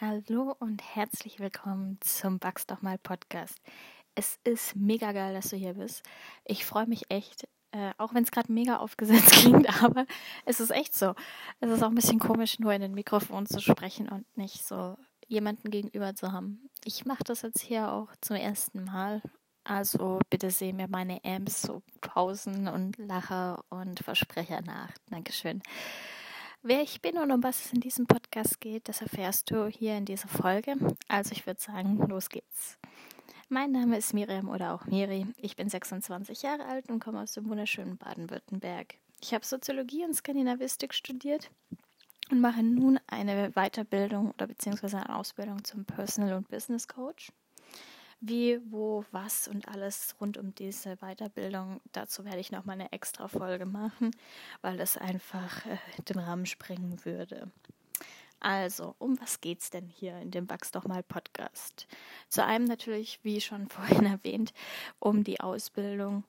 Hallo und herzlich willkommen zum Wachs doch mal Podcast. Es ist mega geil, dass du hier bist. Ich freue mich echt, auch wenn es gerade mega aufgesetzt klingt, aber es ist echt so. Es ist auch ein bisschen komisch, nur in den Mikrofon zu sprechen und nicht so jemanden gegenüber zu haben. Ich mache das jetzt hier auch zum ersten Mal. Also bitte seh mir meine Amps, so Pausen und Lacher und Versprecher nach. Dankeschön. Wer ich bin und um was es in diesem Podcast geht, das erfährst du hier in dieser Folge. Also ich würde sagen, los geht's. Mein Name ist Miriam oder auch Miri. Ich bin 26 Jahre alt und komme aus dem wunderschönen Baden-Württemberg. Ich habe Soziologie und Skandinavistik studiert und mache nun eine Weiterbildung oder beziehungsweise eine Ausbildung zum Personal- und Business Coach. Wie, wo, was und alles rund um diese Weiterbildung, dazu werde ich nochmal eine extra Folge machen, weil das einfach den Rahmen sprengen würde. Also, um was geht's denn hier in dem Wachs doch mal Podcast? Zu einem natürlich, wie schon vorhin erwähnt, um die Ausbildung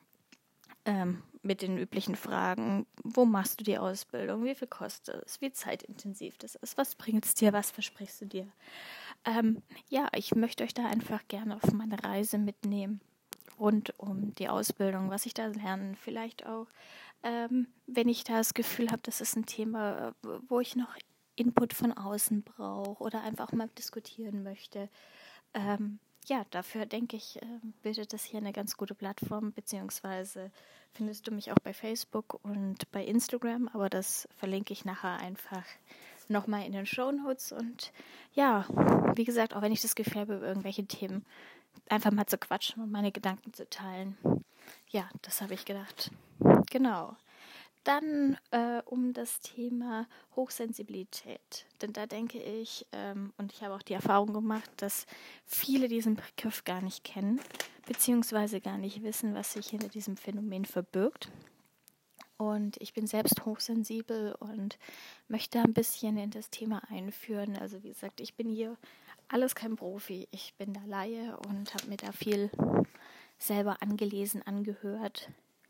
mit den üblichen Fragen. Wo machst du die Ausbildung? Wie viel kostet es? Wie zeitintensiv das ist? Was bringt es dir? Was versprichst du dir? Ich möchte euch da einfach gerne auf meine Reise mitnehmen rund um die Ausbildung, was ich da lerne. Vielleicht auch, wenn ich da das Gefühl habe, das ist ein Thema, wo ich noch Input von außen brauche oder einfach mal diskutieren möchte. Dafür denke ich, bildet das hier eine ganz gute Plattform, beziehungsweise findest du mich auch bei Facebook und bei Instagram, aber das verlinke ich nachher einfach nochmal in den Shownotes. Und ja, wie gesagt, auch wenn ich das Gefühl habe, über irgendwelche Themen einfach mal zu quatschen und meine Gedanken zu teilen. Ja, das habe ich gedacht. Genau. Dann um das Thema Hochsensibilität. Denn da denke ich, und ich habe auch die Erfahrung gemacht, dass viele diesen Begriff gar nicht kennen, beziehungsweise gar nicht wissen, was sich hinter diesem Phänomen verbirgt. Und ich bin selbst hochsensibel und möchte ein bisschen in das Thema einführen. Also wie gesagt, ich bin hier alles kein Profi. Ich bin da Laie und habe mir da viel selber angelesen, angehört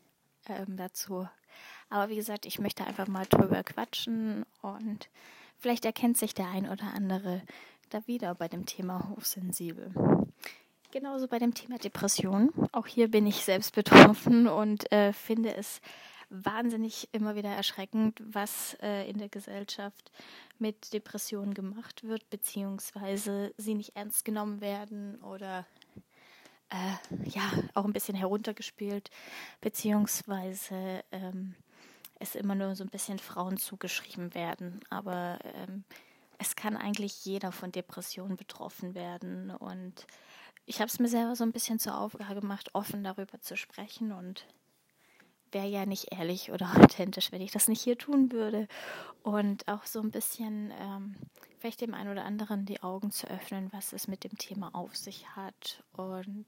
dazu. Aber wie gesagt, ich möchte einfach mal drüber quatschen und vielleicht erkennt sich der ein oder andere da wieder bei dem Thema hochsensibel. Genauso bei dem Thema Depression. Auch hier bin ich selbst betroffen und finde es wahnsinnig immer wieder erschreckend, was in der Gesellschaft mit Depressionen gemacht wird, beziehungsweise sie nicht ernst genommen werden oder auch ein bisschen heruntergespielt, beziehungsweise es immer nur so ein bisschen Frauen zugeschrieben werden. Aber es kann eigentlich jeder von Depressionen betroffen werden. Und ich habe es mir selber so ein bisschen zur Aufgabe gemacht, offen darüber zu sprechen. Und wäre ja nicht ehrlich oder authentisch, wenn ich das nicht hier tun würde. Und auch so ein bisschen vielleicht dem einen oder anderen die Augen zu öffnen, was es mit dem Thema auf sich hat. Und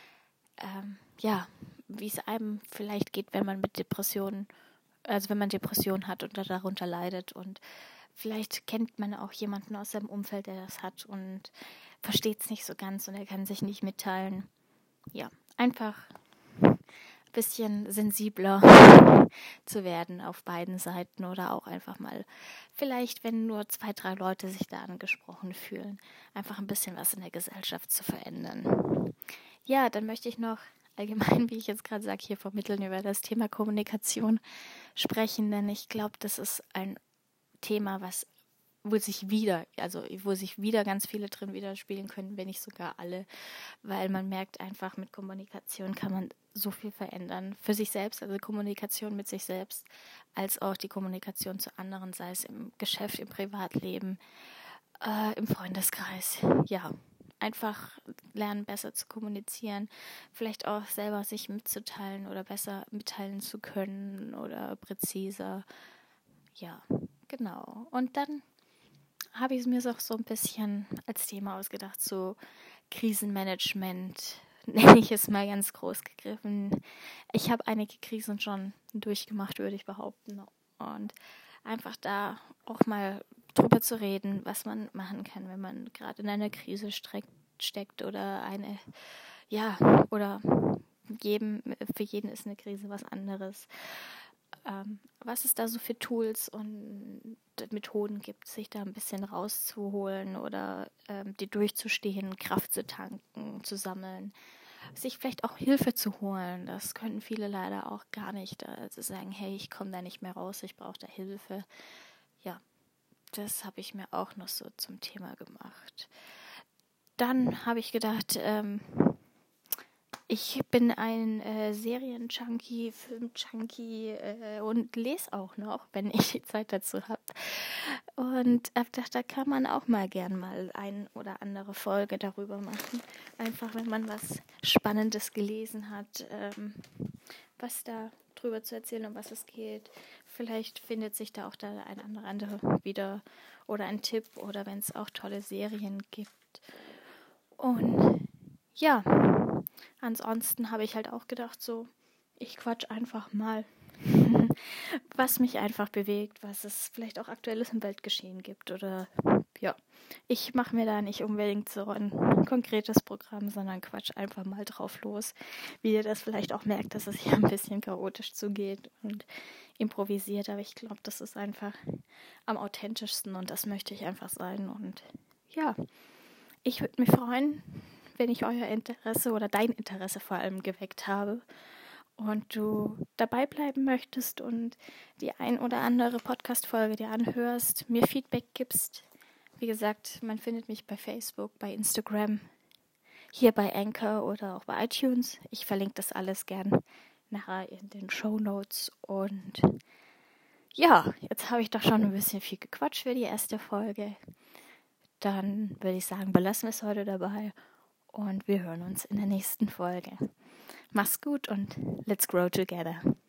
wie es einem vielleicht geht, wenn man mit Depressionen, also wenn man Depressionen hat und darunter leidet, und vielleicht kennt man auch jemanden aus seinem Umfeld, der das hat und versteht es nicht so ganz und er kann sich nicht mitteilen. Ja, einfach ein bisschen sensibler zu werden auf beiden Seiten oder auch einfach mal, vielleicht wenn nur 2, 3 Leute sich da angesprochen fühlen, einfach ein bisschen was in der Gesellschaft zu verändern. Ja, dann möchte ich noch allgemein, wie ich jetzt gerade sage, hier vermitteln über das Thema Kommunikation sprechen, denn ich glaube, das ist ein Thema, wo sich wieder ganz viele drin widerspiegeln können, wenn nicht sogar alle, weil man merkt einfach, mit Kommunikation kann man so viel verändern. Für sich selbst, also Kommunikation mit sich selbst, als auch die Kommunikation zu anderen, sei es im Geschäft, im Privatleben, im Freundeskreis. Ja, einfach lernen, besser zu kommunizieren, vielleicht auch selber sich mitzuteilen oder besser mitteilen zu können oder präziser. Ja, genau. Und dann habe ich mir auch so ein bisschen als Thema ausgedacht, so Krisenmanagement, nenne ich es mal ganz groß gegriffen. Ich habe einige Krisen schon durchgemacht, würde ich behaupten. Und einfach da auch mal drüber zu reden, was man machen kann, wenn man gerade in einer Krise steckt oder für jeden ist eine Krise was anderes. was es da so für Tools und Methoden gibt, sich da ein bisschen rauszuholen oder die durchzustehen, Kraft zu tanken, zu sammeln, sich vielleicht auch Hilfe zu holen. Das können viele leider auch gar nicht. Also sagen, hey, ich komme da nicht mehr raus, ich brauche da Hilfe. Ja, das habe ich mir auch noch so zum Thema gemacht. Dann habe ich gedacht, ich bin ein Serien-Junkie, Film-Junkie und lese auch noch, wenn ich die Zeit dazu habe. Und habe gedacht, da kann man auch mal gern mal ein oder andere Folge darüber machen. Einfach, wenn man was Spannendes gelesen hat, was da drüber zu erzählen, um was es geht. Vielleicht findet sich da auch da ein oder andere wieder oder ein Tipp oder wenn es auch tolle Serien gibt. Und ja, ansonsten habe ich halt auch gedacht, so, ich quatsch einfach mal, was mich einfach bewegt, was es vielleicht auch Aktuelles im Weltgeschehen gibt oder ja, ich mache mir da nicht unbedingt so ein konkretes Programm, sondern quatsch einfach mal drauf los, wie ihr das vielleicht auch merkt, dass es hier ein bisschen chaotisch zugeht und improvisiert, aber ich glaube, das ist einfach am authentischsten und das möchte ich einfach sein und ja, ich würde mich freuen, wenn ich euer Interesse oder dein Interesse vor allem geweckt habe und du dabei bleiben möchtest und die ein oder andere Podcast-Folge dir anhörst, mir Feedback gibst. Wie gesagt, man findet mich bei Facebook, bei Instagram, hier bei Anchor oder auch bei iTunes. Ich verlinke das alles gern nachher in den Shownotes. Und ja, jetzt habe ich doch schon ein bisschen viel gequatscht für die erste Folge. Dann würde ich sagen, belassen wir es heute dabei und wir hören uns in der nächsten Folge. Mach's gut und let's grow together.